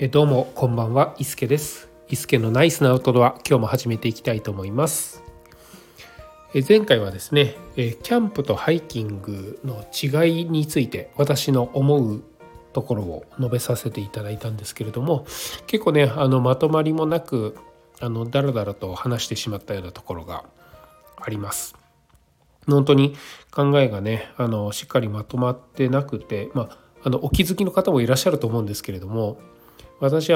どうもこんばんは、伊助です。伊助のナイスなアウトドア、今日も始めていきたいと思います。前回はですね、キャンプとハイキングの違いについて私の思うところを述べさせていただいたんですけれども、結構ねまとまりもなくだらだらと話してしまったようなところがあります。本当に考えがねしっかりまとまってなくて、お気づきの方もいらっしゃると思うんですけれども、私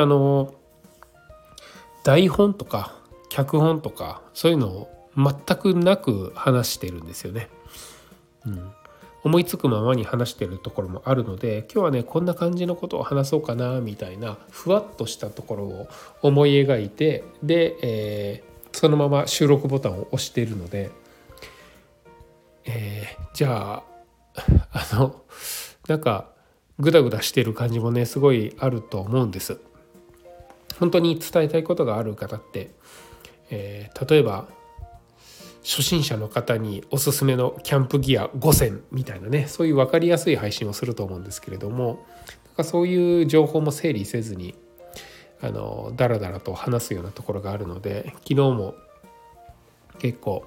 台本とか脚本とかそういうのを全くなく話してるんですよね。思いつくままに話してるところもあるので、今日はねこんな感じのことを話そうかなみたいなふわっとしたところを思い描いて、で、そのまま収録ボタンを押しているので、じゃあなんかグダグダしてる感じもねすごいあると思うんです。本当に伝えたいことがある方って、例えば初心者の方におすすめのキャンプギア5選みたいなね、そういう分かりやすい配信をすると思うんですけれども、そういう情報も整理せずにだらだらと話すようなところがあるので、昨日も結構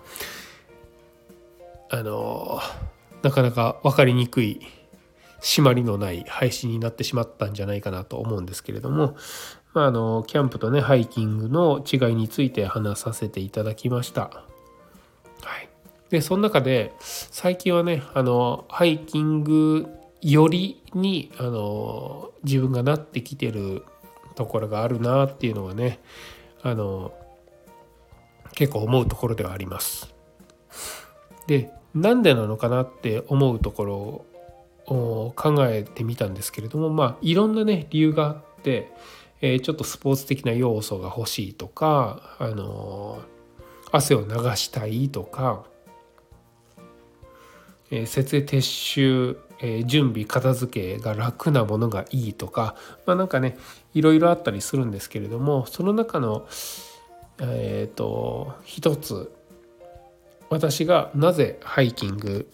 なかなか分かりにくい締まりのない配信になってしまったんじゃないかなと思うんですけれども、キャンプとねハイキングの違いについて話させていただきました。でその中で最近はねハイキングよりに自分がなってきてるところがあるなっていうのはね結構思うところではあります。でなんでなのかなって思うところを考えてみたんですけれども、いろんなね理由があって、ちょっとスポーツ的な要素が欲しいとか汗を流したいとか、設営撤収、準備片付けが楽なものがいいとか、なんかねいろいろあったりするんですけれども、その中の一つ、私がなぜハイキング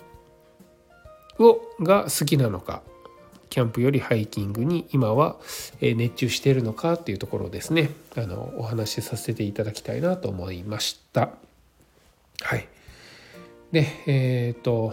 が好きなのか、キャンプよりハイキングに今は熱中しているのかっていうところをですねお話しさせていただきたいなと思いました。で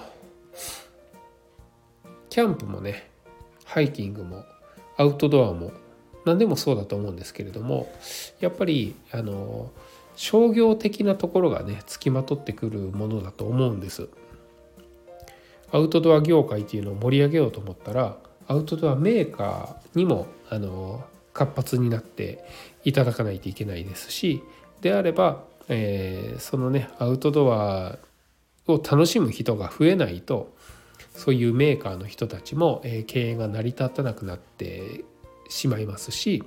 キャンプもねハイキングもアウトドアも何でもそうだと思うんですけれども、やっぱり商業的なところがねつきまとってくるものだと思うんです。アウトドア業界っていうのを盛り上げようと思ったら、アウトドアメーカーにも活発になっていただかないといけないですし、であれば、そのねアウトドアを楽しむ人が増えないと、そういうメーカーの人たちも経営が成り立たなくなってしまいますし、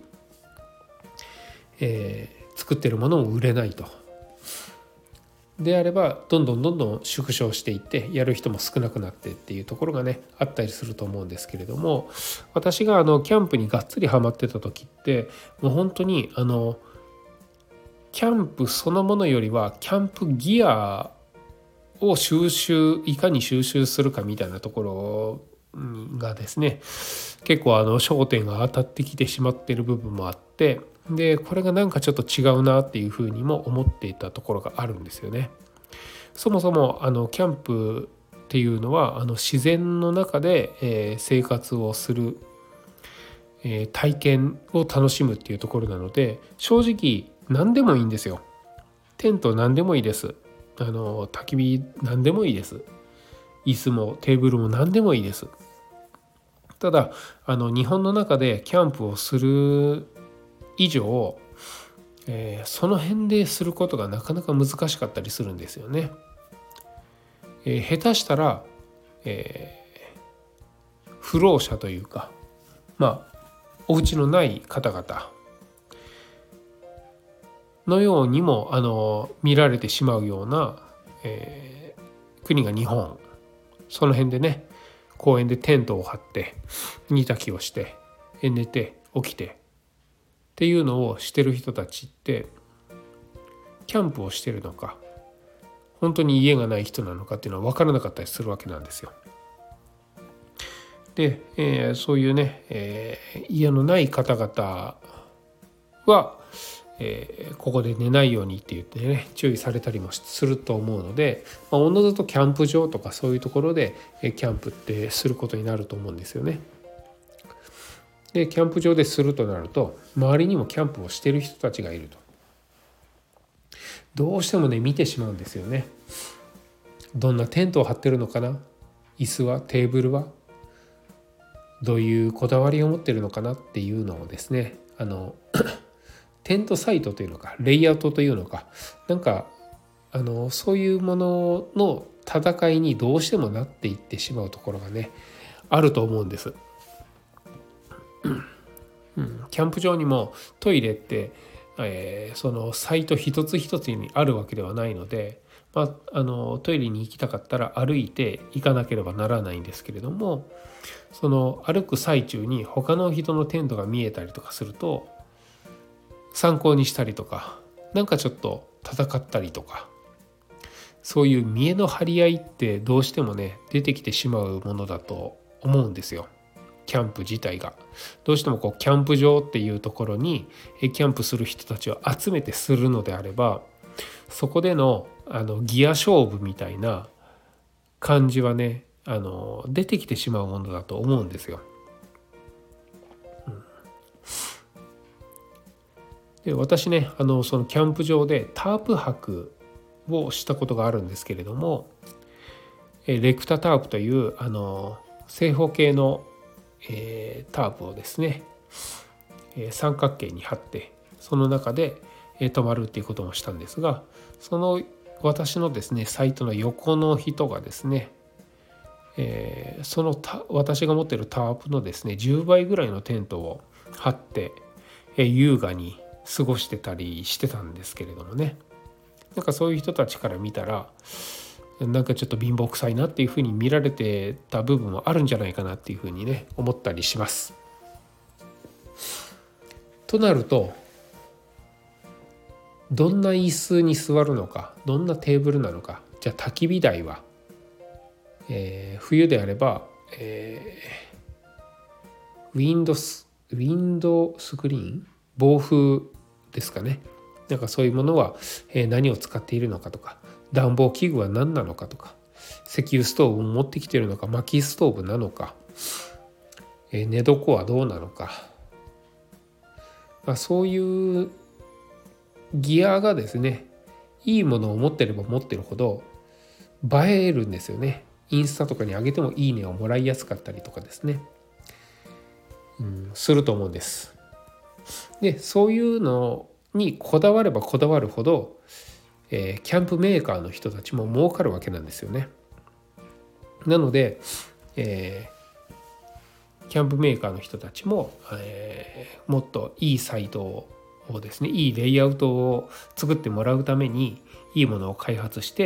作ってるものも売れないと。であればどんどん縮小していってやる人も少なくなってっていうところがねあったりすると思うんですけれども、私がキャンプにがっつりハマってた時ってもう本当にキャンプそのものよりはキャンプギアをいかに収集するかみたいなところがですね結構焦点が当たってきてしまっている部分もあって、でこれがなんかちょっと違うなっていうふうにも思っていたところがあるんですよね。そもそもキャンプっていうのは自然の中で、生活をする、体験を楽しむっていうところなので、正直何でもいいんですよ。テント何でもいいです。焚き火何でもいいです。椅子もテーブルも何でもいいです。ただ日本の中でキャンプをする以上、その辺ですることがなかなか難しかったりするんですよね。下手したら、不老者というかお家のない方々のようにも見られてしまうような、国が日本。その辺でね公園でテントを張って煮炊きをして寝て起きてっていうのをしてる人たちって、キャンプをしてるのか本当に家がない人なのかっていうのは分からなかったりするわけなんですよ。で、そういうね、家のない方々 は、ここで寝ないようにって言ってね注意されたりもすると思うので、おのずとキャンプ場とかそういうところでキャンプってすることになると思うんですよね。でキャンプ場でするとなると周りにもキャンプをしてる人たちがいるとどうしてもね見てしまうんですよね。どんなテントを張ってるのかな、椅子はテーブルはどういうこだわりを持ってるのかなっていうのをですねテントサイトというのかレイアウトというのかなんかそういうものの戦いにどうしてもなっていってしまうところがねあると思うんです。キャンプ場にもトイレって、そのサイト一つ一つにあるわけではないので、トイレに行きたかったら歩いて行かなければならないんですけれども、その歩く最中に他の人のテントが見えたりとかすると参考にしたりとかなんかちょっと戦ったりとか、そういう見栄の張り合いってどうしてもね出てきてしまうものだと思うんですよ。キャンプ自体がどうしてもこうキャンプ場っていうところにキャンプする人たちを集めてするのであれば、そこでのギア勝負みたいな感じはね出てきてしまうものだと思うんですよ。で私ねそのキャンプ場でタープ泊をしたことがあるんですけれども、レクタタープという正方形のタープをですね三角形に貼ってその中で泊まるっていうこともしたんですが、その私のですねサイトの横の人がですねその私が持っているタープのですね10倍ぐらいのテントを張って優雅に過ごしてたりしてたんですけれどもね、なんかそういう人たちから見たらなんかちょっと貧乏くさいなっていうふうに見られてた部分もあるんじゃないかなっていうふうにね思ったりします。となるとどんな椅子に座るのかどんなテーブルなのか、じゃあ焚き火台は、冬であれば、ウィンドスクリーン防風ですかね、なんかそういうものは、何を使っているのかとか、暖房器具は何なのかとか、石油ストーブを持ってきているのか薪ストーブなのか、寝床はどうなのか、そういうギアがですねいいものを持ってれば持ってるほど映えるんですよね。インスタとかに上げてもいいねをもらいやすかったりとかですね、すると思うんです。でそういうのにこだわればこだわるほど、キャンプメーカーの人たちも儲かるわけなんですよね。なので、キャンプメーカーの人たちも、もっといいサイトをですねいいレイアウトを作ってもらうためにいいものを開発して、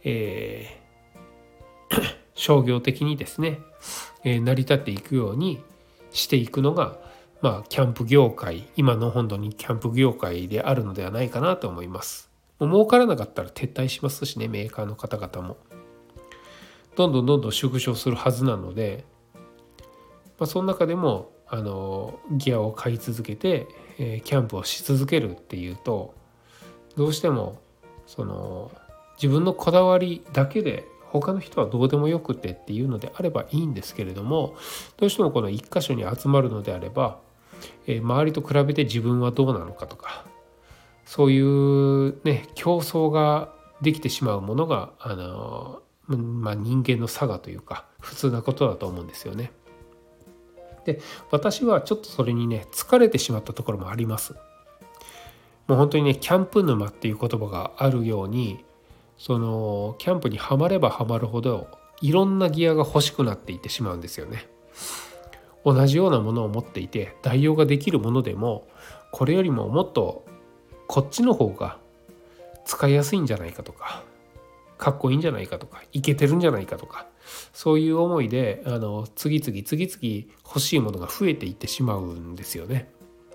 商業的にですね、成り立っていくようにしていくのがキャンプ業界、今の本当にキャンプ業界であるのではないかなと思います。もう儲からなかったら撤退しますしね、メーカーの方々もどんどん縮小するはずなので、その中でもギアを買い続けて、キャンプをし続けるっていうとどうしてもその自分のこだわりだけで他の人はどうでもよくてっていうのであればいいんですけれども、どうしてもこの一箇所に集まるのであれば、周りと比べて自分はどうなのかとか、そういうね競争ができてしまうものが人間の差がというか普通なことだと思うんですよね。で私はちょっとそれにね疲れてしまったところもあります。もう本当にねキャンプ沼っていう言葉があるように、そのキャンプにはまればはまるほどいろんなギアが欲しくなっていってしまうんですよね。同じようなものを持っていて代用ができるものでもこれよりももっとこっちの方が使いやすいんじゃないかとか、かっこいいんじゃないかとか、イケてるんじゃないかとか、そういう思いで次々欲しいものが増えていってしまうんですよね。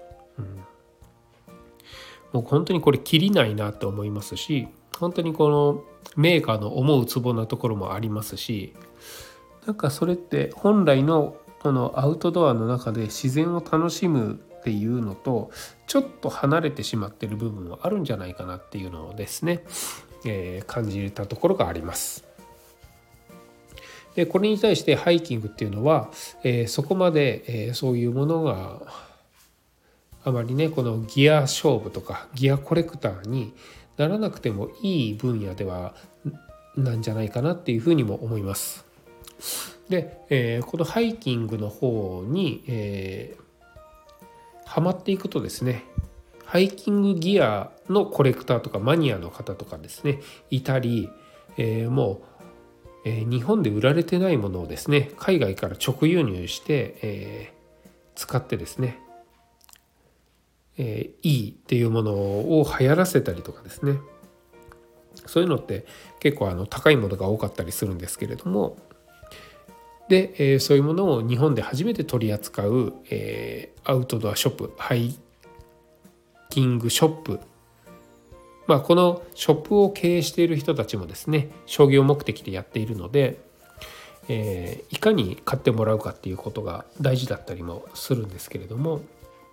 もう本当にこれきりないなと思いますし、本当にこのメーカーの思うツボなところもありますし、なんかそれって本来のこのアウトドアの中で自然を楽しむっていうのとちょっと離れてしまっている部分はあるんじゃないかなっていうのをですね、感じたところがあります。でこれに対してハイキングっていうのは、そこまで、そういうものがあまりねこのギア勝負とかギアコレクターにならなくてもいい分野ではなんじゃないかなっていうふうにも思います。で、このハイキングの方に、ハマっていくとですね、ハイキングギアのコレクターとかマニアの方とかですねいたり、もう、日本で売られてないものをですね海外から直輸入して、使ってですね、いいっていうものを流行らせたりとかですね、そういうのって結構高いものが多かったりするんですけれども、で、そういうものを日本で初めて取り扱う、アウトドアショップ、ハイキングショップ、このショップを経営している人たちもですね商業目的でやっているので、いかに買ってもらうかっていうことが大事だったりもするんですけれども、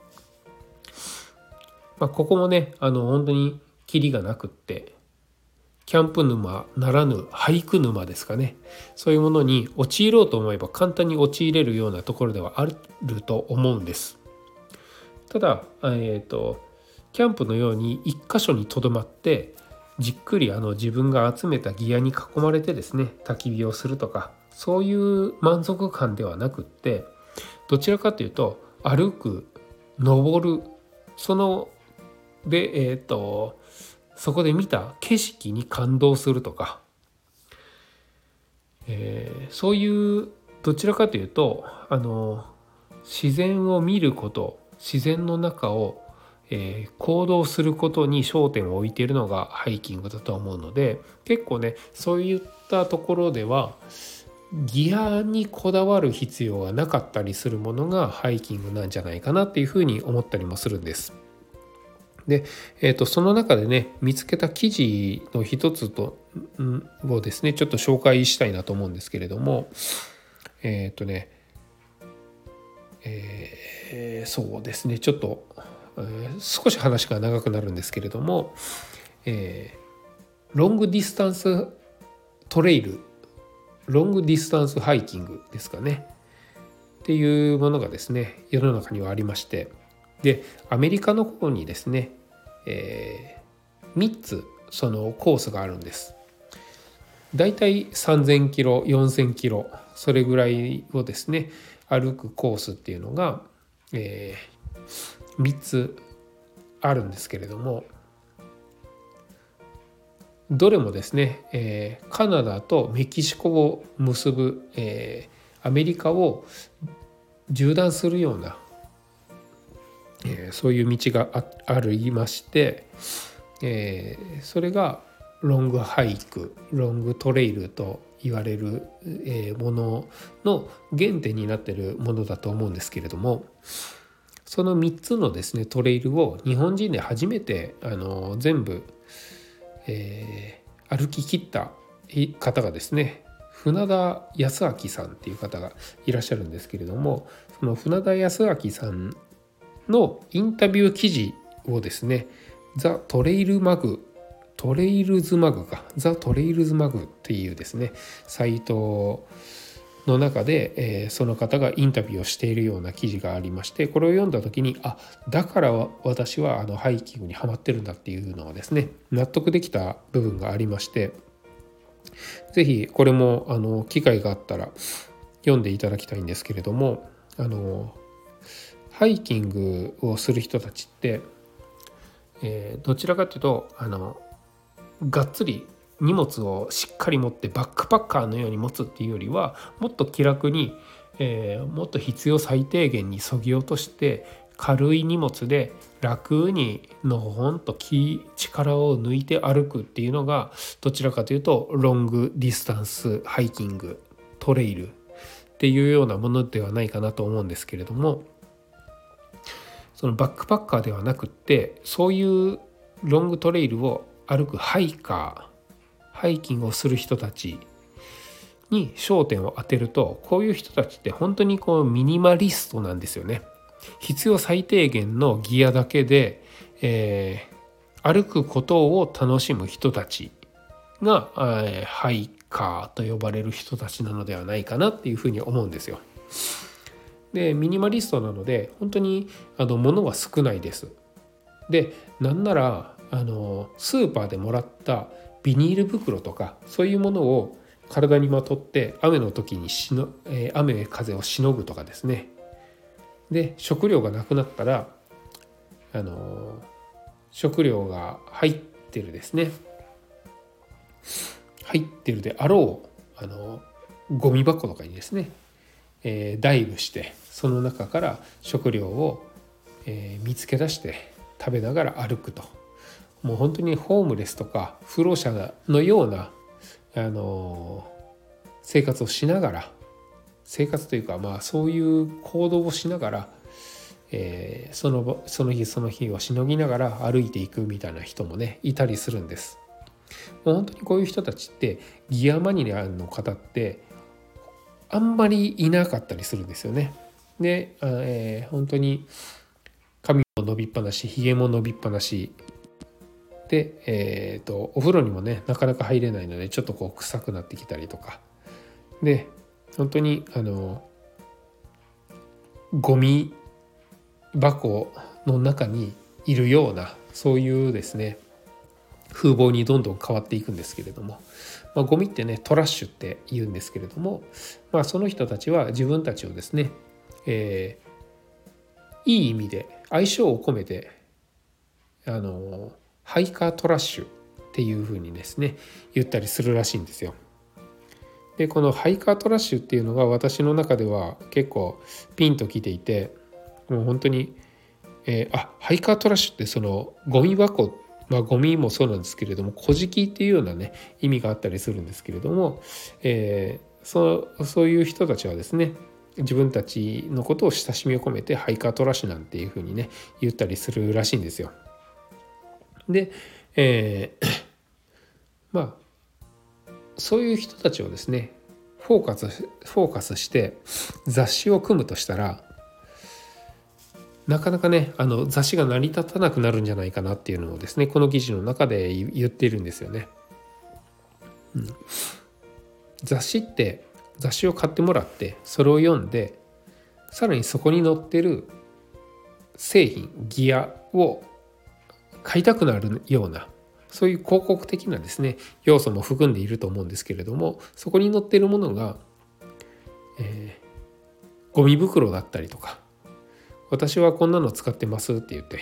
ここもね本当にキリがなくって、キャンプ沼ならぬ俳句沼ですかね、そういうものに陥ろうと思えば簡単に陥れるようなところではあると思うんです。ただ、キャンプのように一箇所にとどまってじっくり自分が集めたギアに囲まれてですね焚き火をするとか、そういう満足感ではなくって、どちらかというと歩く、登る、そのでそこで見た景色に感動するとか、そういうどちらかというと自然を見ること、自然の中を、行動することに焦点を置いているのがハイキングだと思うので、結構ねそういったところではギアにこだわる必要がなかったりするものがハイキングなんじゃないかなっていうふうに思ったりもするんです。で、その中でね見つけた記事の一つをですねちょっと紹介したいなと思うんですけれども、そうですねちょっと、少し話が長くなるんですけれども、ロングディスタンストレイル、ロングディスタンスハイキングですかねっていうものがですね世の中にはありまして、でアメリカの方にですね、3つそのコースがあるんです。だいたい3000キロ4000キロそれぐらいをですね歩くコースっていうのが、3つあるんですけれども、どれもですね、カナダとメキシコを結ぶ、アメリカを縦断するような、そういう道がありまして、それがロングハイク、ロングトレイルと言われる、ものの原点になっているものだと思うんですけれども、その3つのですねトレイルを日本人で初めて全部、歩き切った方がですね船田康明さんっていう方がいらっしゃるんですけれども、その船田康明さんのインタビュー記事をですねザ・トレイルマグ、トレイルズマグか、ザ・トレイルズマグっていうですねサイトの中で、その方がインタビューをしているような記事がありまして、これを読んだ時にだから私はハイキングにハマってるんだっていうのはですね納得できた部分がありまして、ぜひこれも機会があったら読んでいただきたいんですけれども、ハイキングをする人たちって、どちらかというとがっつり荷物をしっかり持ってバックパッカーのように持つっていうよりは、もっと気楽に、もっと必要最低限に削ぎ落として軽い荷物で楽にのほんと力を抜いて歩くっていうのが、どちらかというとロングディスタンスハイキングトレイルっていうようなものではないかなと思うんですけれども、そのバックパッカーではなくって、そういうロングトレイルを歩くハイキングをする人たちに焦点を当てると、こういう人たちって本当にミニマリストなんですよね。 必要最低限のギアだけで、歩くことを楽しむ人たちが、ハイカーと呼ばれる人たちなのではないかなっていうふうに思うんですよ。でミニマリストなので本当に物は少ないです。でなんならスーパーでもらったビニール袋とかそういうものを体にまとって雨の時に雨風をしのぐとかですね。で食料がなくなったら食料が入ってるですね入ってるであろうゴミ箱とかにですね、ダイブしてその中から食料を、見つけ出して食べながら歩くと、もう本当にホームレスとか不老者のような生活をしながら、生活というかそういう行動をしながら、その日その日をしのぎながら歩いていくみたいな人もねいたりするんです。もう本当にこういう人たちってギアマニアの方ってあんまりいなかったりするんですよね。で、本当に髪も伸びっぱなし、ひげも伸びっぱなしで、お風呂にもねなかなか入れないのでちょっとこう臭くなってきたりとかで、本当にゴミ箱の中にいるようなそういうですね風貌にどんどん変わっていくんですけれども、ゴミってねトラッシュって言うんですけれども、その人たちは自分たちをですね、いい意味で愛称を込めてハイカートラッシュっていうふうにですね言ったりするらしいんですよ。でこのハイカートラッシュっていうのが私の中では結構ピンときていて、もう本当に、ハイカートラッシュってそのゴミ箱、ゴミもそうなんですけれども小じきっていうようなね意味があったりするんですけれども、そういう人たちはですね自分たちのことを親しみを込めてハイカートラッシュなんていうふうにね言ったりするらしいんですよ。で、そういう人たちをですねフォーカスして雑誌を組むとしたらなかなかね雑誌が成り立たなくなるんじゃないかなっていうのをですねこの記事の中で言っているんですよね。雑誌を買ってもらってそれを読んでさらにそこに載ってる製品ギアを買いたくなるようなそういう広告的なですね要素も含んでいると思うんですけれども、そこに載っているものが、ゴミ袋だったりとか、私はこんなの使ってますって言って、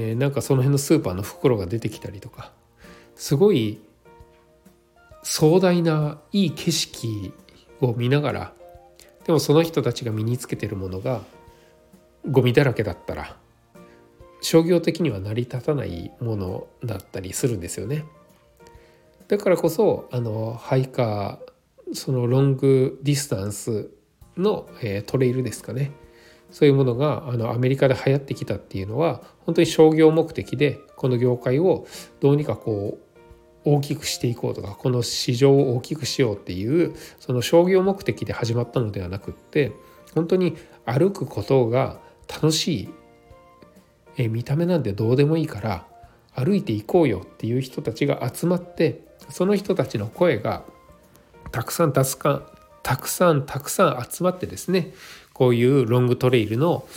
なんかその辺のスーパーの袋が出てきたりとか、すごい壮大ないい景色を見ながら、でもその人たちが身につけているものがゴミだらけだったら商業的には成り立たないものだったりするんですよね。だからこそハイカー、そのロングディスタンスの、トレイルですかね、そういうものがアメリカで流行ってきたっていうのは本当に商業目的でこの業界をどうにかこう大きくしていこうとか、この市場を大きくしようっていうその商業目的で始まったのではなくって、本当に歩くことが楽しい、見た目なんてどうでもいいから歩いていこうよっていう人たちが集まって、その人たちの声がたくさん集まってですね、こういうロングトレイルの、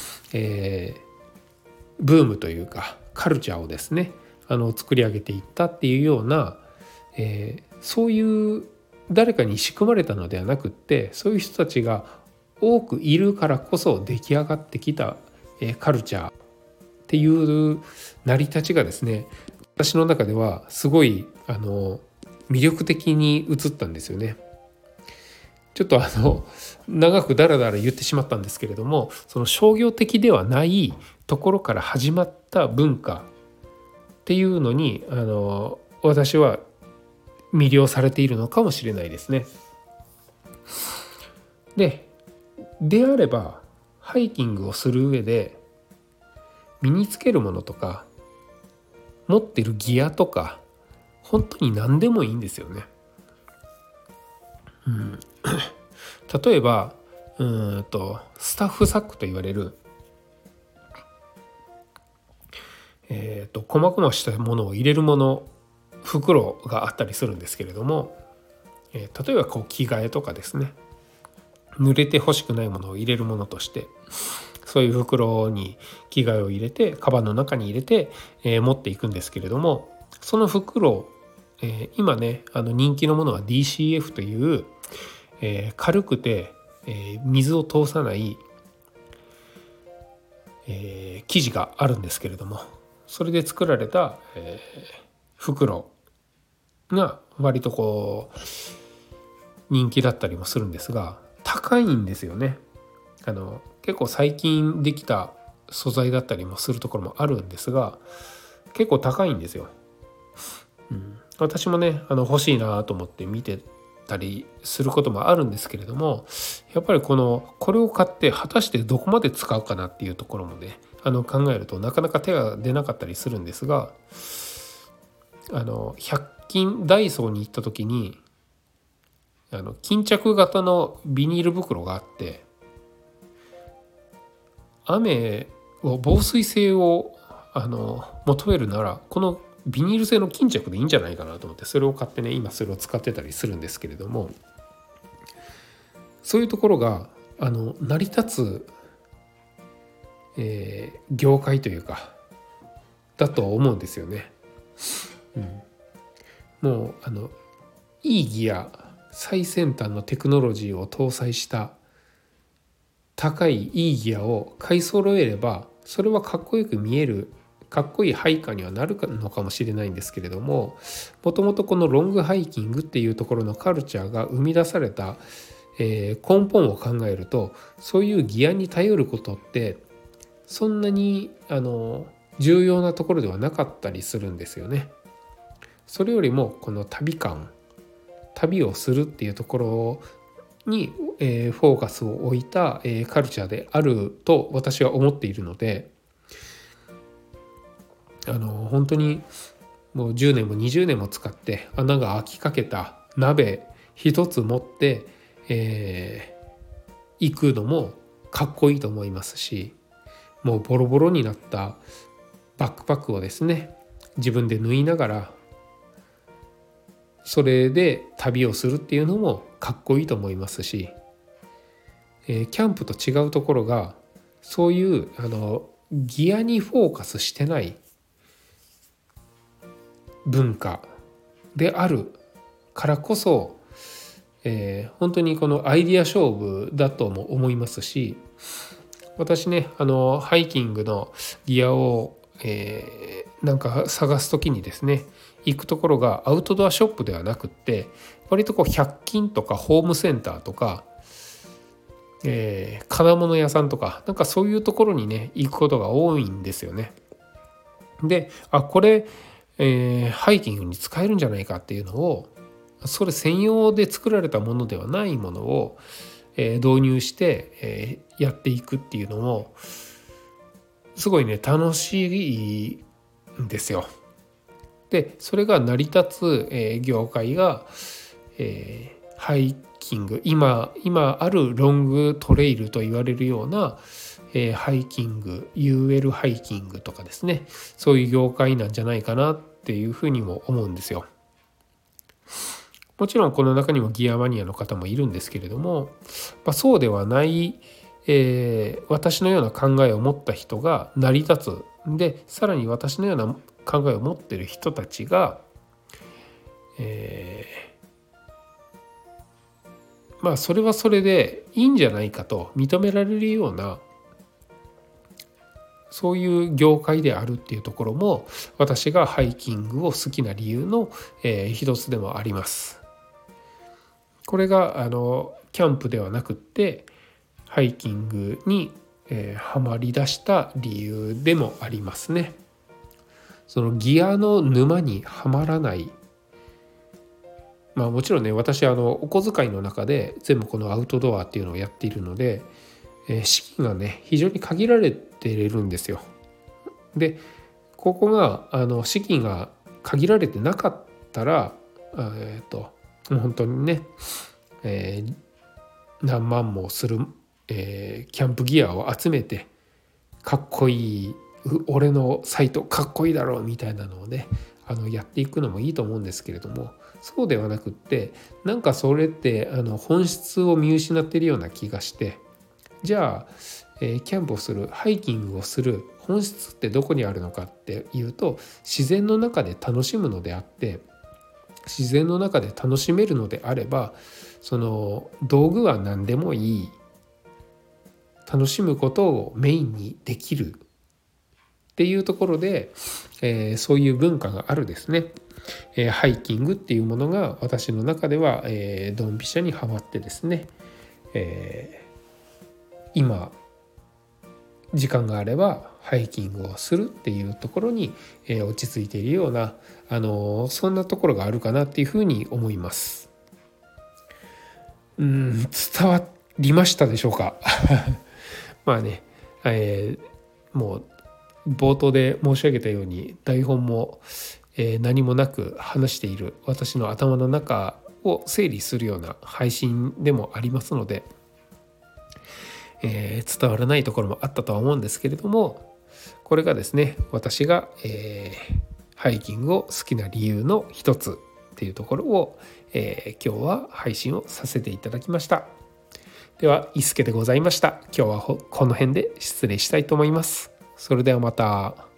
ブームというかカルチャーをですね作り上げていったっていうような、そういう誰かに仕組まれたのではなくって、そういう人たちが多くいるからこそ出来上がってきた、カルチャーっていう成り立ちがですね、私の中ではすごい魅力的に映ったんですよね。ちょっと長くダラダラ言ってしまったんですけれども、その商業的ではないところから始まった文化っていうのに私は魅了されているのかもしれないですね。であればハイキングをする上で身につけるものとか持ってるギアとか本当に何でもいいんですよね。例えばスタッフサックと言われる、細々したものを入れるもの、袋があったりするんですけれども、例えば着替えとかですね、濡れて欲しくないものを入れるものとして、そういう袋に着替えを入れてカバンの中に入れて、持っていくんですけれども、その袋、今ね人気のものは DCF という、軽くて、水を通さない、生地があるんですけれども、それで作られた、袋が割と人気だったりもするんですが、高いんですよね。結構最近できた素材だったりもするところもあるんですが、結構高いんですよ。私もね欲しいなと思って見てたりすることもあるんですけれども、やっぱりこれを買って果たしてどこまで使うかなっていうところもね考えるとなかなか手が出なかったりするんですが、100均ダイソーに行った時に巾着型のビニール袋があって、防水性を求めるならこのビニール製の巾着でいいんじゃないかなと思って、それを買ってね今それを使ってたりするんですけれども、そういうところが成り立つ、業界というかだと思うんですよね。もういいギア、最先端のテクノロジーを搭載した高いいいギアを買い揃えれば、それはかっこよく見える、かっこいいハイカーにはなるのかもしれないんですけれども、もともとこのロングハイキングっていうところのカルチャーが生み出された、根本を考えると、そういうギアに頼ることってそんなに重要なところではなかったりするんですよね。それよりもこの旅をするっていうところに、フォーカスを置いた、カルチャーであると私は思っているので、本当にもう10年も20年も使って穴が開きかけた鍋一つ持って、行くのもかっこいいと思いますし、もうボロボロになったバックパックをですね自分で縫いながらそれで旅をするっていうのもかっこいいと思いますし、キャンプと違うところがそういうギアにフォーカスしてない文化であるからこそ、本当にこのアイディア勝負だとも思いますし、私ねハイキングのギアを、なんか探す時にですね行くところがアウトドアショップではなくって割と100均とかホームセンターとか、金物屋さんとかなんかそういうところにね行くことが多いんですよね。でこれ、ハイキングに使えるんじゃないかっていうのを、それ専用で作られたものではないものを、導入して、やっていくっていうのもすごいね楽しいんですよ。でそれが成り立つ、業界が、ハイキング、今あるロングトレイルと言われるような、ハイキング UL ハイキングとかですね、そういう業界なんじゃないかなっていうふうにも思うんですよ。もちろんこの中にもギアマニアの方もいるんですけれども、そうではない、私のような考えを持った人が成り立つ。でさらに私のような考えを持っている人たちが、それはそれでいいんじゃないかと認められるようなそういう業界であるっていうところも私がハイキングを好きな理由の、一つでもあります。これがキャンプではなくってハイキングに、はまりだした理由でもありますね。そのギアの沼にはまらない、もちろんね私お小遣いの中で全部このアウトドアっていうのをやっているので、資金がね非常に限られているんですよ。でここが資金が限られてなかったらもう本当にね、何万もするキャンプギアを集めてかっこいい俺のサイトかっこいいだろうみたいなのをねやっていくのもいいと思うんですけれども、そうではなくってなんかそれって本質を見失っているような気がして、じゃあ、キャンプをするハイキングをする本質ってどこにあるのかっていうと、自然の中で楽しむのであって、自然の中で楽しめるのであればその道具は何でもいい、楽しむことをメインにできるっていうところで、そういう文化があるですね、ハイキングっていうものが私の中では、ドンピシャにはまってですね、今時間があればハイキングをするっていうところに、落ち着いているようなそんなところがあるかなっていうふうに思います。伝わりましたでしょうかまあね、もう冒頭で申し上げたように台本も、何もなく話している私の頭の中を整理するような配信でもありますので、伝わらないところもあったとは思うんですけれども、これがですね私が、ハイキングを好きな理由の一つっていうところを、今日は配信をさせていただきました。では伊助でございました。今日はこの辺で失礼したいと思います。それではまた。